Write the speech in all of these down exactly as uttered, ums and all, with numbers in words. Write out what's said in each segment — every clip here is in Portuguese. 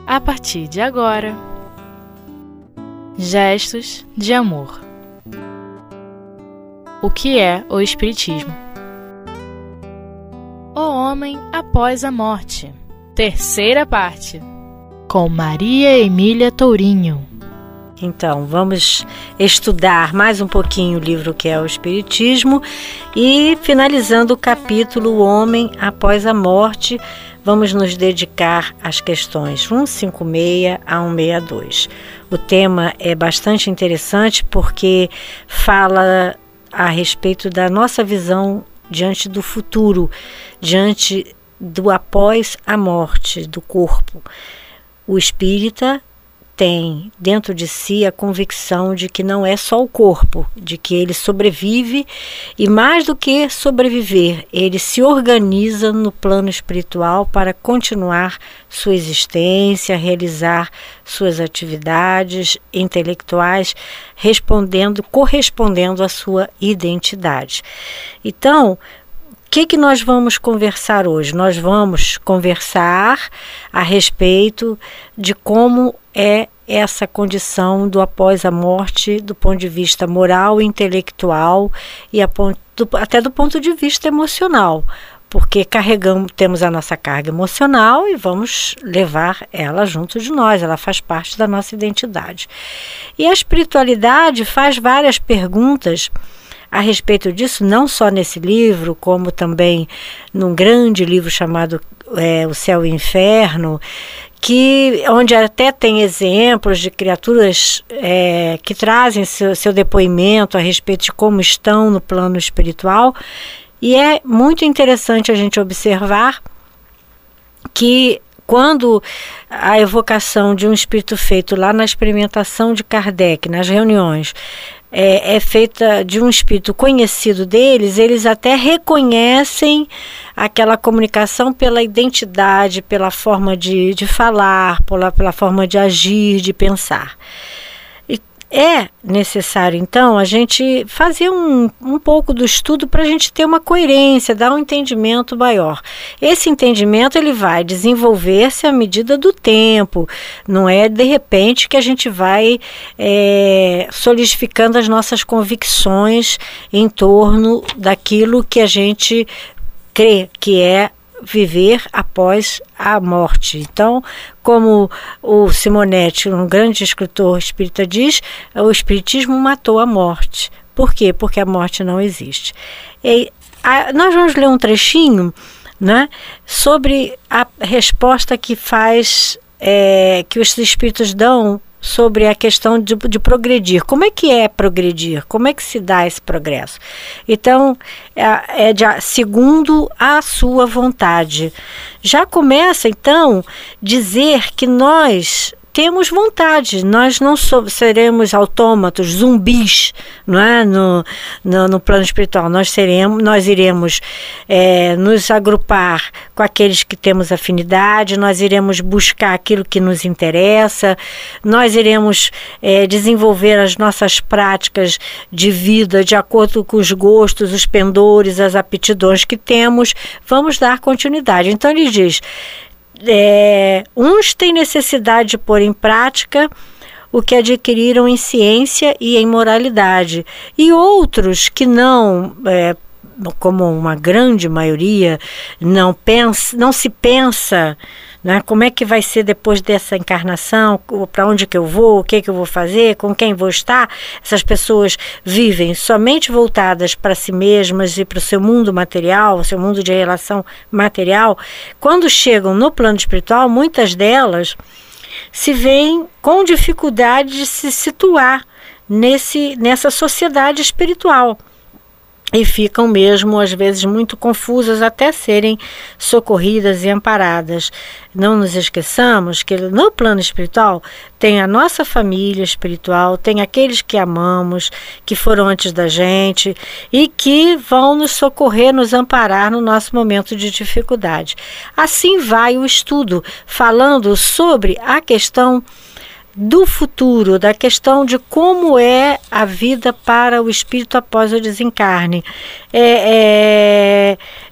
a partir de agora. Gestos de amor. O que é o Espiritismo? O homem após a morte. Terceira parte. Com Maria Emília Tourinho. Então, vamos estudar mais um pouquinho o livro que é o Espiritismo e, finalizando o capítulo O Homem Após a Morte, vamos nos dedicar às questões cento e cinquenta e seis a cento e sessenta e dois. O tema é bastante interessante porque fala a respeito da nossa visão diante do futuro, diante do após a morte do corpo. O espírita tem dentro de si a convicção de que não é só o corpo, de que ele sobrevive e, mais do que sobreviver, ele se organiza no plano espiritual para continuar sua existência, realizar suas atividades intelectuais, respondendo, correspondendo à sua identidade. Então, o que, que nós vamos conversar hoje? Nós vamos conversar a respeito de como é essa condição do após a morte do ponto de vista moral, intelectual e a ponto, até do ponto de vista emocional, porque carregamos, temos a nossa carga emocional e vamos levar ela junto de nós, ela faz parte da nossa identidade. E a espiritualidade faz várias perguntas a respeito disso, não só nesse livro, como também num grande livro chamado é, O Céu e o Inferno, que, onde até tem exemplos de criaturas é, que trazem seu, seu depoimento a respeito de como estão no plano espiritual. E é muito interessante a gente observar que quando a evocação de um espírito feito lá na experimentação de Kardec, nas reuniões, É, é feita de um espírito conhecido deles, eles até reconhecem aquela comunicação pela identidade, pela forma de, de falar, pela, pela forma de agir, de pensar. E é necessário, então, a gente fazer um, um pouco do estudo para a gente ter uma coerência, dar um entendimento maior. Esse entendimento ele vai desenvolver-se à medida do tempo, não é de repente que a gente vai é, solidificando as nossas convicções em torno daquilo que a gente crê que é viver após a morte. Então, como o Simonetti, um grande escritor espírita, diz, o espiritismo matou a morte. Por quê? Porque a morte não existe. E, a, nós vamos ler um trechinho, né, sobre a resposta que faz, é, que os espíritos dão sobre a questão de, de progredir. Como é que é progredir? Como é que se dá esse progresso? Então, é, é de, segundo a sua vontade. Já começa, então, dizer que nós temos vontade, nós não so, seremos autômatos, zumbis, não é? no, no, no plano espiritual. Nós, seremos, nós iremos é, nos agrupar com aqueles que temos afinidade, nós iremos buscar aquilo que nos interessa, nós iremos é, desenvolver as nossas práticas de vida de acordo com os gostos, os pendores, as aptidões que temos, vamos dar continuidade. Então ele diz, É, uns têm necessidade de pôr em prática o que adquiriram em ciência e em moralidade, e outros que não, é, como uma grande maioria, não, pensa, não se pensa, né, como é que vai ser depois dessa encarnação, para onde que eu vou, o que que eu vou fazer, com quem vou estar. Essas pessoas vivem somente voltadas para si mesmas e para o seu mundo material, o seu mundo de relação material. Quando chegam no plano espiritual, muitas delas se veem com dificuldade de se situar nesse, nessa sociedade espiritual. E ficam mesmo, às vezes, muito confusas até serem socorridas e amparadas. Não nos esqueçamos que no plano espiritual tem a nossa família espiritual, tem aqueles que amamos, que foram antes da gente e que vão nos socorrer, nos amparar no nosso momento de dificuldade. Assim vai o estudo, falando sobre a questão do futuro, da questão de como é a vida para o espírito após o desencarne. É, é,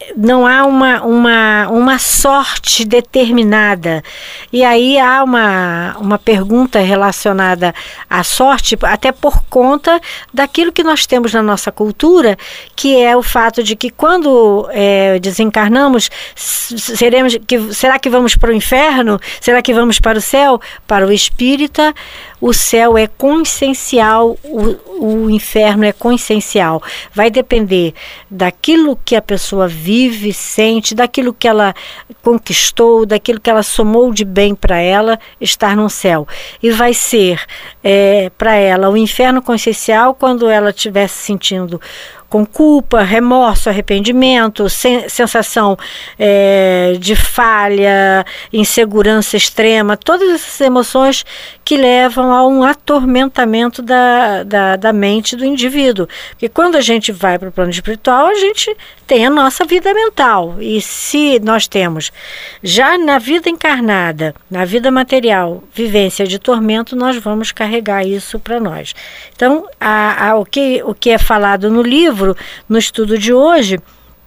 não há uma, uma, uma sorte determinada. E aí há uma, uma pergunta relacionada à sorte, até por conta daquilo que nós temos na nossa cultura, que é o fato de que quando é, desencarnamos, seremos, que, será que vamos para o inferno? Será que vamos para o céu? Para o espírita, o céu é consciencial, o, o inferno é consciencial. Vai depender daquilo que a pessoa vive, sente, daquilo que ela conquistou, daquilo que ela somou de bem para ela estar no céu. E vai ser é, para ela o inferno consciencial quando ela estiver se sentindo com culpa, remorso, arrependimento, sen- sensação é, de falha, insegurança extrema, todas essas emoções que levam a um atormentamento da, da, da mente do indivíduo. Porque quando a gente vai para o plano espiritual, a gente tem a nossa vida mental. E se nós temos, já na vida encarnada, na vida material, vivência de tormento, nós vamos carregar isso para nós. Então, a, a, o, que, o que é falado no livro, no estudo de hoje,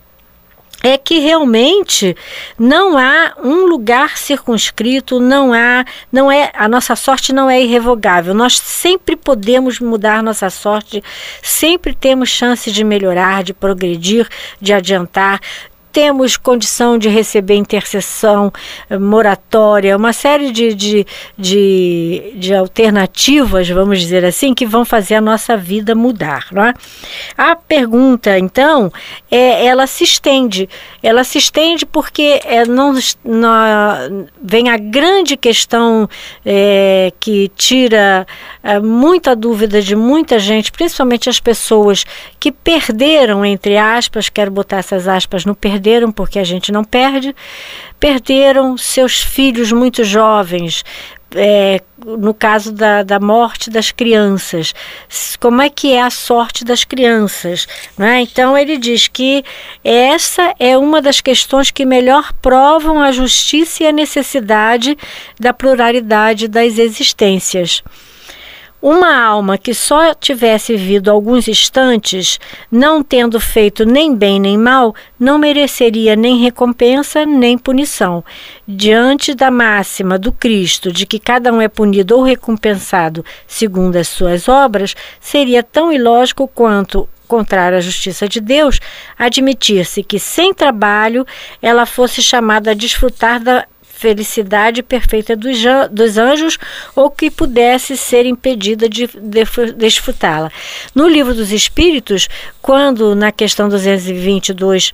é que realmente não há um lugar circunscrito, não há, não é, a nossa sorte não é irrevogável. Nós sempre podemos mudar nossa sorte, sempre temos chance de melhorar, de progredir, de adiantar. Temos condição de receber intercessão, moratória, uma série de, de, de, de alternativas, vamos dizer assim, que vão fazer a nossa vida mudar, não é? A pergunta, então, é, ela se estende. Ela se estende porque é, não, não, vem a grande questão é, que tira é, muita dúvida de muita gente, principalmente as pessoas que perderam, entre aspas, quero botar essas aspas no perder, perderam, porque a gente não perde, perderam seus filhos muito jovens, é, no caso da, da morte das crianças. Como é que é a sorte das crianças, né? Então ele diz que essa é uma das questões que melhor provam a justiça e a necessidade da pluralidade das existências. Uma alma que só tivesse vivido alguns instantes, não tendo feito nem bem nem mal, não mereceria nem recompensa nem punição. Diante da máxima do Cristo de que cada um é punido ou recompensado segundo as suas obras, seria tão ilógico quanto contrário à justiça de Deus admitir-se que sem trabalho ela fosse chamada a desfrutar da felicidade perfeita dos, dos anjos, ou que pudesse ser impedida de, de desfrutá-la. No Livro dos Espíritos, quando na questão duzentos e vinte e dois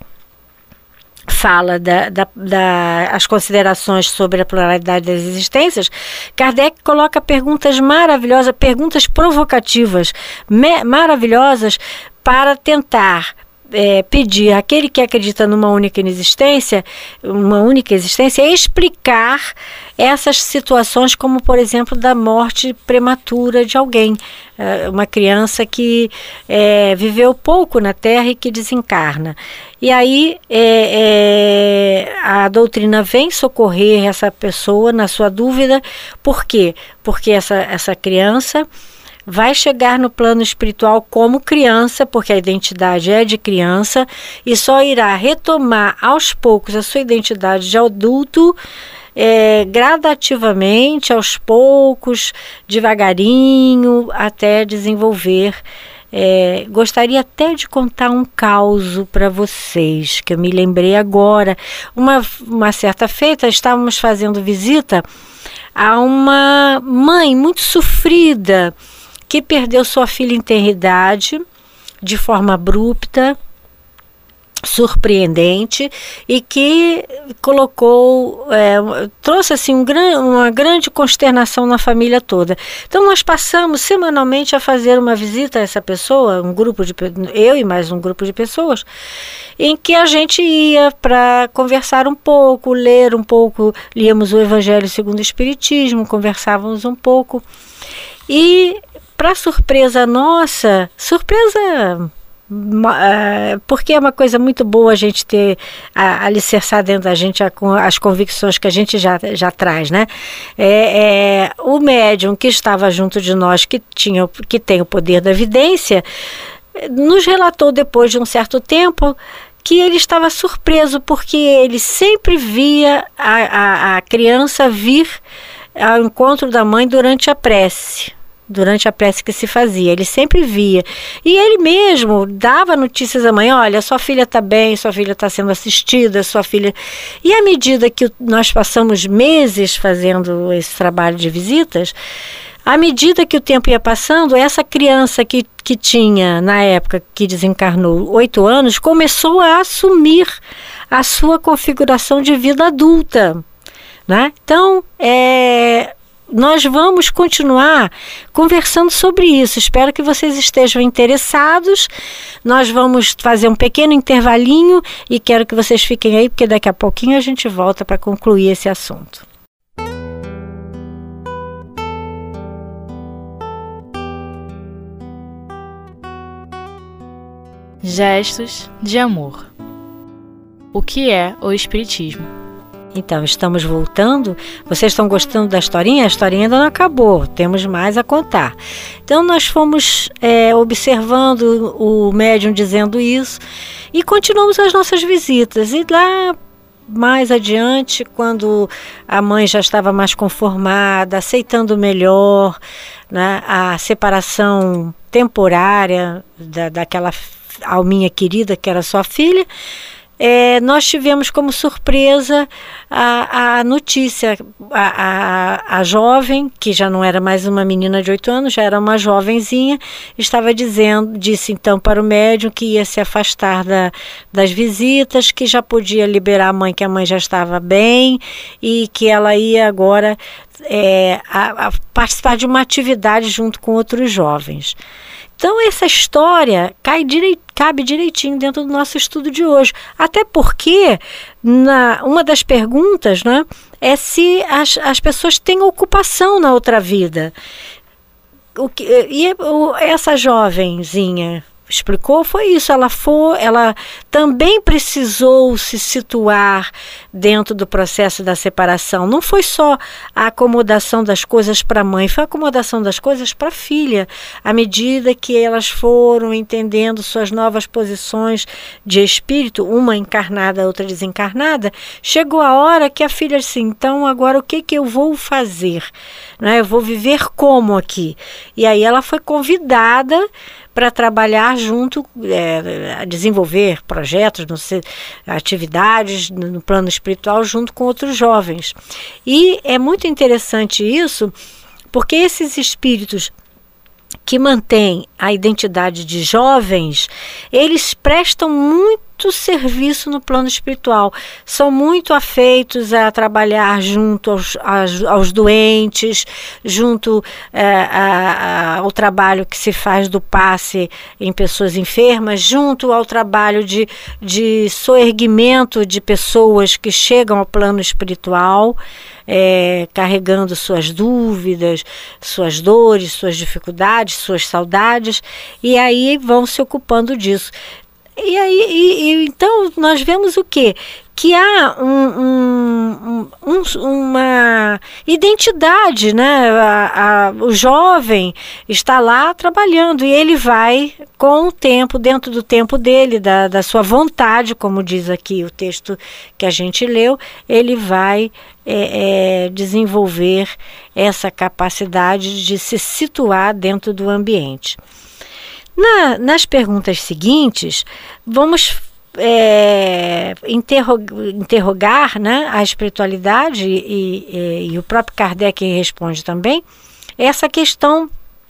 fala das da, da, as considerações sobre a pluralidade das existências, Kardec coloca perguntas maravilhosas, perguntas provocativas, me, maravilhosas, para tentar É, pedir àquele que acredita numa única existência, uma única existência, explicar essas situações, como por exemplo da morte prematura de alguém, é, uma criança que é, viveu pouco na Terra e que desencarna. E aí é, é, a doutrina vem socorrer essa pessoa na sua dúvida. Por quê? Porque essa, essa criança vai chegar no plano espiritual como criança, porque a identidade é de criança, e só irá retomar aos poucos a sua identidade de adulto, é, gradativamente, aos poucos, devagarinho, até desenvolver. É, gostaria até de contar um caso para vocês, que eu me lembrei agora. Uma, uma certa feita, estávamos fazendo visita a uma mãe muito sofrida, que perdeu sua filha em tenridade, de forma abrupta, surpreendente, e que colocou, é, trouxe assim um gran, uma grande consternação na família toda. Então nós passamos semanalmente a fazer uma visita a essa pessoa, um grupo de, eu e mais um grupo de pessoas, em que a gente ia para conversar um pouco, ler um pouco, líamos o Evangelho segundo o Espiritismo, conversávamos um pouco, e para surpresa nossa, surpresa uh, porque é uma coisa muito boa a gente ter, a, alicerçar dentro da gente a, as convicções que a gente já, já traz, né? É, é, o médium que estava junto de nós, que, tinha, que tem o poder da vidência, nos relatou depois de um certo tempo que ele estava surpreso, porque ele sempre via a, a, a criança vir ao encontro da mãe durante a prece. Durante a prece que se fazia, ele sempre via. E ele mesmo dava notícias à mãe: olha, sua filha está bem, sua filha está sendo assistida, sua filha... E à medida que nós passamos meses fazendo esse trabalho de visitas, à medida que o tempo ia passando, essa criança que, que tinha, na época que desencarnou, oito anos, começou a assumir a sua configuração de vida adulta, né? Então, é... nós vamos continuar conversando sobre isso. Espero que vocês estejam interessados. Nós vamos fazer um pequeno intervalinho e quero que vocês fiquem aí, porque daqui a pouquinho a gente volta para concluir esse assunto. Gestos de amor. O que é o Espiritismo? Então, estamos voltando. Vocês estão gostando da historinha? A historinha ainda não acabou, temos mais a contar. Então, nós fomos é, observando o médium dizendo isso e continuamos as nossas visitas. E lá mais adiante, quando a mãe já estava mais conformada, aceitando melhor, né, a separação temporária da, daquela alminha querida que era sua filha, É, nós tivemos como surpresa a, a notícia, a, a, a jovem, que já não era mais uma menina de oito anos, já era uma jovenzinha, estava dizendo, disse então para o médium que ia se afastar da, das visitas, que já podia liberar a mãe, que a mãe já estava bem, e que ela ia agora é, a, a participar de uma atividade junto com outros jovens. Então, essa história cai direi, cabe direitinho dentro do nosso estudo de hoje. Até porque, na, uma das perguntas, né, é se as, as pessoas têm ocupação na outra vida. O que, e o, essa jovenzinha explicou foi isso, ela foi, ela também precisou se situar dentro do processo da separação. Não foi só a acomodação das coisas para a mãe, foi a acomodação das coisas para a filha, à medida que elas foram entendendo suas novas posições de espírito, uma encarnada, outra desencarnada. Chegou a hora que a filha disse: então agora o que que eu vou fazer? Né? Eu vou viver como aqui? E aí ela foi convidada para trabalhar junto, é, a desenvolver projetos, não sei, atividades no, no plano espiritual junto com outros jovens. E é muito interessante isso, porque esses espíritos que mantêm a identidade de jovens, eles prestam muito serviço no plano espiritual, são muito afeitos a trabalhar junto aos, aos, aos doentes, junto é, a, a, ao trabalho que se faz do passe em pessoas enfermas, junto ao trabalho de, de soerguimento de pessoas que chegam ao plano espiritual, É, carregando suas dúvidas, suas dores, suas dificuldades, suas saudades, e aí vão se ocupando disso. E aí, e, e, então nós vemos o quê? Que há um, um, um, uma identidade, né? A, a, o jovem está lá trabalhando e ele vai com o tempo, dentro do tempo dele, da, da sua vontade, como diz aqui o texto que a gente leu, ele vai é, é, desenvolver essa capacidade de se situar dentro do ambiente. Na, nas perguntas seguintes, vamos É, interro interrogar, né, a espiritualidade e, e, e o próprio Kardec responde também essa questão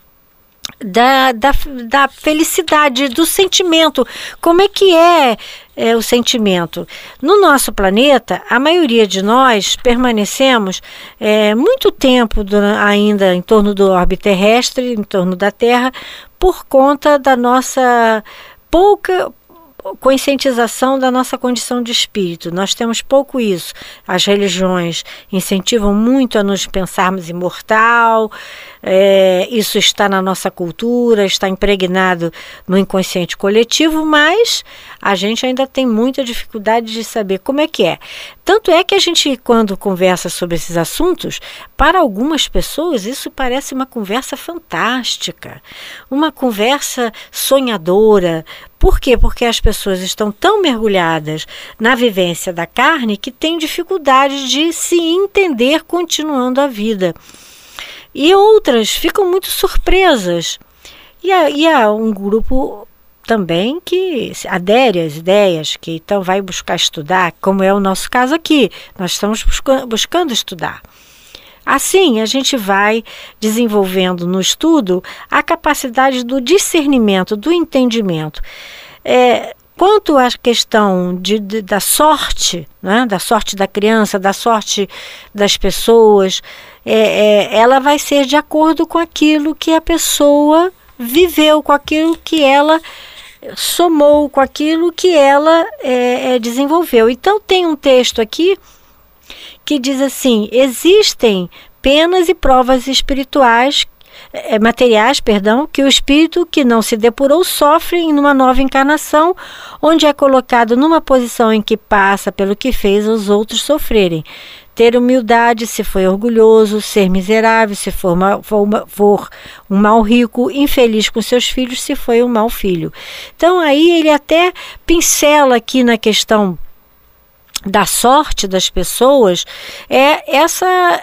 da, da, da felicidade, do sentimento. Como é que é, é o sentimento? No nosso planeta, a maioria de nós permanecemos é, muito tempo do, ainda em torno do orbe terrestre, em torno da Terra, por conta da nossa pouca conscientização da nossa condição de espírito. Nós temos pouco isso. As religiões incentivam muito a nos pensarmos imortal, é, isso está na nossa cultura, está impregnado no inconsciente coletivo, mas a gente ainda tem muita dificuldade de saber como é que é. Tanto é que a gente, quando conversa sobre esses assuntos, para algumas pessoas isso parece uma conversa fantástica, uma conversa sonhadora. Por quê? Porque as pessoas estão tão mergulhadas na vivência da carne que têm dificuldade de se entender continuando a vida. E outras ficam muito surpresas. E há, e há um grupo também que adere às ideias, que então vai buscar estudar, como é o nosso caso aqui. Nós estamos buscando, buscando estudar. Assim, a gente vai desenvolvendo no estudo a capacidade do discernimento, do entendimento. É, quanto à questão de, de, da sorte, né, da sorte da criança, da sorte das pessoas, é, é, ela vai ser de acordo com aquilo que a pessoa viveu, com aquilo que ela somou, com aquilo que ela é, é, desenvolveu. Então tem um texto aqui que diz assim: existem penas e provas espirituais, é, materiais, perdão, que o espírito que não se depurou sofre em uma nova encarnação, onde é colocado numa posição em que passa pelo que fez os outros sofrerem. Ter humildade se foi orgulhoso, ser miserável se for, uma, for, uma, for um mau rico, infeliz com seus filhos se foi um mau filho. Então aí ele até pincela aqui na questão da sorte das pessoas, é essa,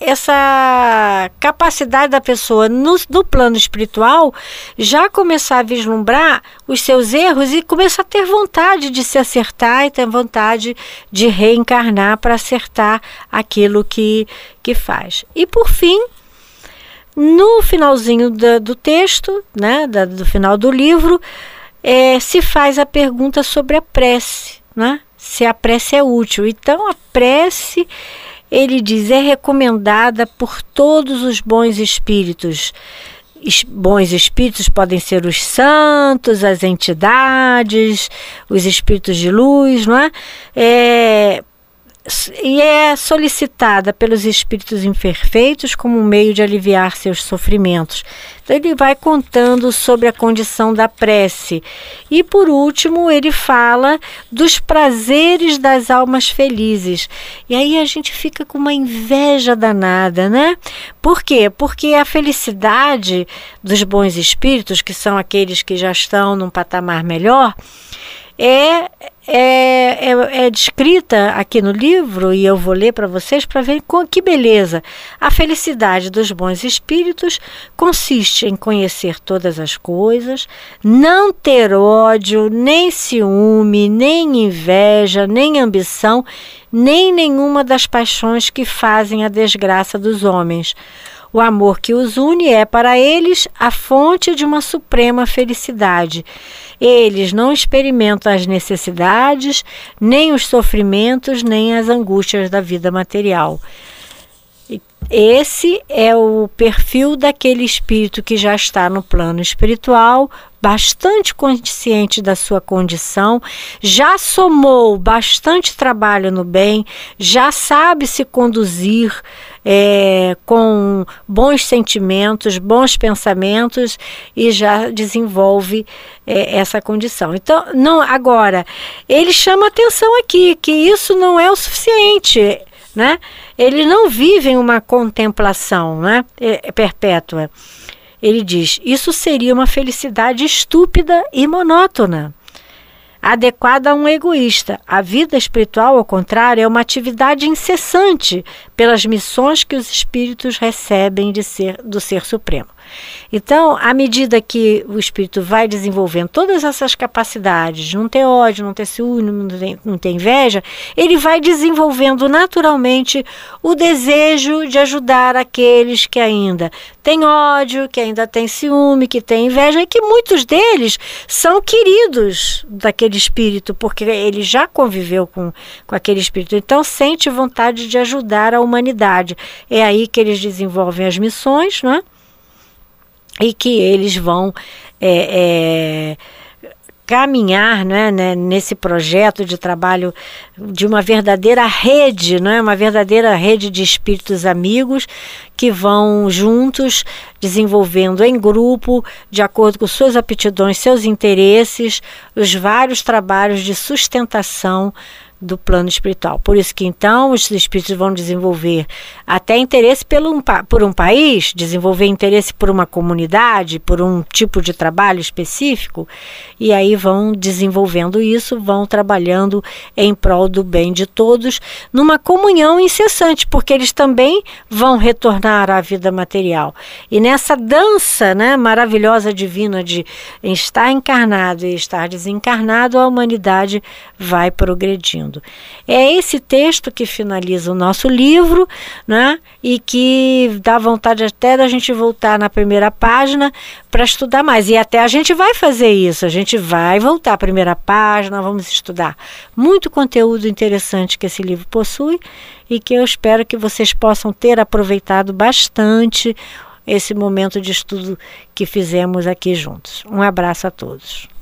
essa capacidade da pessoa no, no plano espiritual já começar a vislumbrar os seus erros e começar a ter vontade de se acertar e ter vontade de reencarnar para acertar aquilo que, que faz. E por fim, no finalzinho do, do texto, né, da, do final do livro, é, se faz a pergunta sobre a prece, né? Se a prece é útil. Então a prece, ele diz, é recomendada por todos os bons espíritos. Es, bons espíritos podem ser os santos, as entidades, os espíritos de luz, não é? É, e é solicitada pelos espíritos imperfeitos como um meio de aliviar seus sofrimentos. Então ele vai contando sobre a condição da prece. E por último ele fala dos prazeres das almas felizes. E aí a gente fica com uma inveja danada, né? Por quê? Porque a felicidade dos bons espíritos, que são aqueles que já estão num patamar melhor, é... É, é, é descrita aqui no livro, e eu vou ler para vocês para ver com que beleza. A felicidade dos bons espíritos consiste em conhecer todas as coisas, não ter ódio, nem ciúme, nem inveja, nem ambição, nem nenhuma das paixões que fazem a desgraça dos homens. O amor que os une é para eles a fonte de uma suprema felicidade. Eles não experimentam as necessidades, nem os sofrimentos, nem as angústias da vida material. Esse é o perfil daquele espírito que já está no plano espiritual, bastante consciente da sua condição, já somou bastante trabalho no bem, já sabe se conduzir é, com bons sentimentos, bons pensamentos e já desenvolve é, essa condição. Então, não, agora, ele chama atenção aqui que isso não é o suficiente, né? Ele não vive em uma contemplação, né, é, perpétua. Ele diz, isso seria uma felicidade estúpida e monótona, adequada a um egoísta. A vida espiritual, ao contrário, é uma atividade incessante pelas missões que os espíritos recebem de ser, do Ser Supremo. Então, à medida que o espírito vai desenvolvendo todas essas capacidades, não ter ódio, não ter ciúme, não ter, não ter inveja, ele vai desenvolvendo naturalmente o desejo de ajudar aqueles que ainda têm ódio, que ainda têm ciúme, que têm inveja, e que muitos deles são queridos daquele espírito, porque ele já conviveu com, com aquele espírito, então sente vontade de ajudar a humanidade. É aí que eles desenvolvem as missões, não é? E que eles vão é, é, caminhar, né, né, nesse projeto de trabalho de uma verdadeira rede, não é? Uma verdadeira rede de espíritos amigos que vão juntos desenvolvendo em grupo, de acordo com suas aptidões, seus interesses, os vários trabalhos de sustentação do plano espiritual. Por isso que então os espíritos vão desenvolver até interesse pelo um, por um país, desenvolver interesse por uma comunidade, por um tipo de trabalho específico, e aí vão desenvolvendo isso, vão trabalhando em prol do bem de todos, numa comunhão incessante, porque eles também vão retornar à vida material. E nessa dança, né, maravilhosa, divina de estar encarnado e estar desencarnado, a humanidade vai progredindo. É esse texto que finaliza o nosso livro, né, e que dá vontade até da gente voltar na primeira página para estudar mais. E até a gente vai fazer isso, a gente vai voltar à primeira página, vamos estudar muito conteúdo interessante que esse livro possui e que eu espero que vocês possam ter aproveitado bastante esse momento de estudo que fizemos aqui juntos. Um abraço a todos.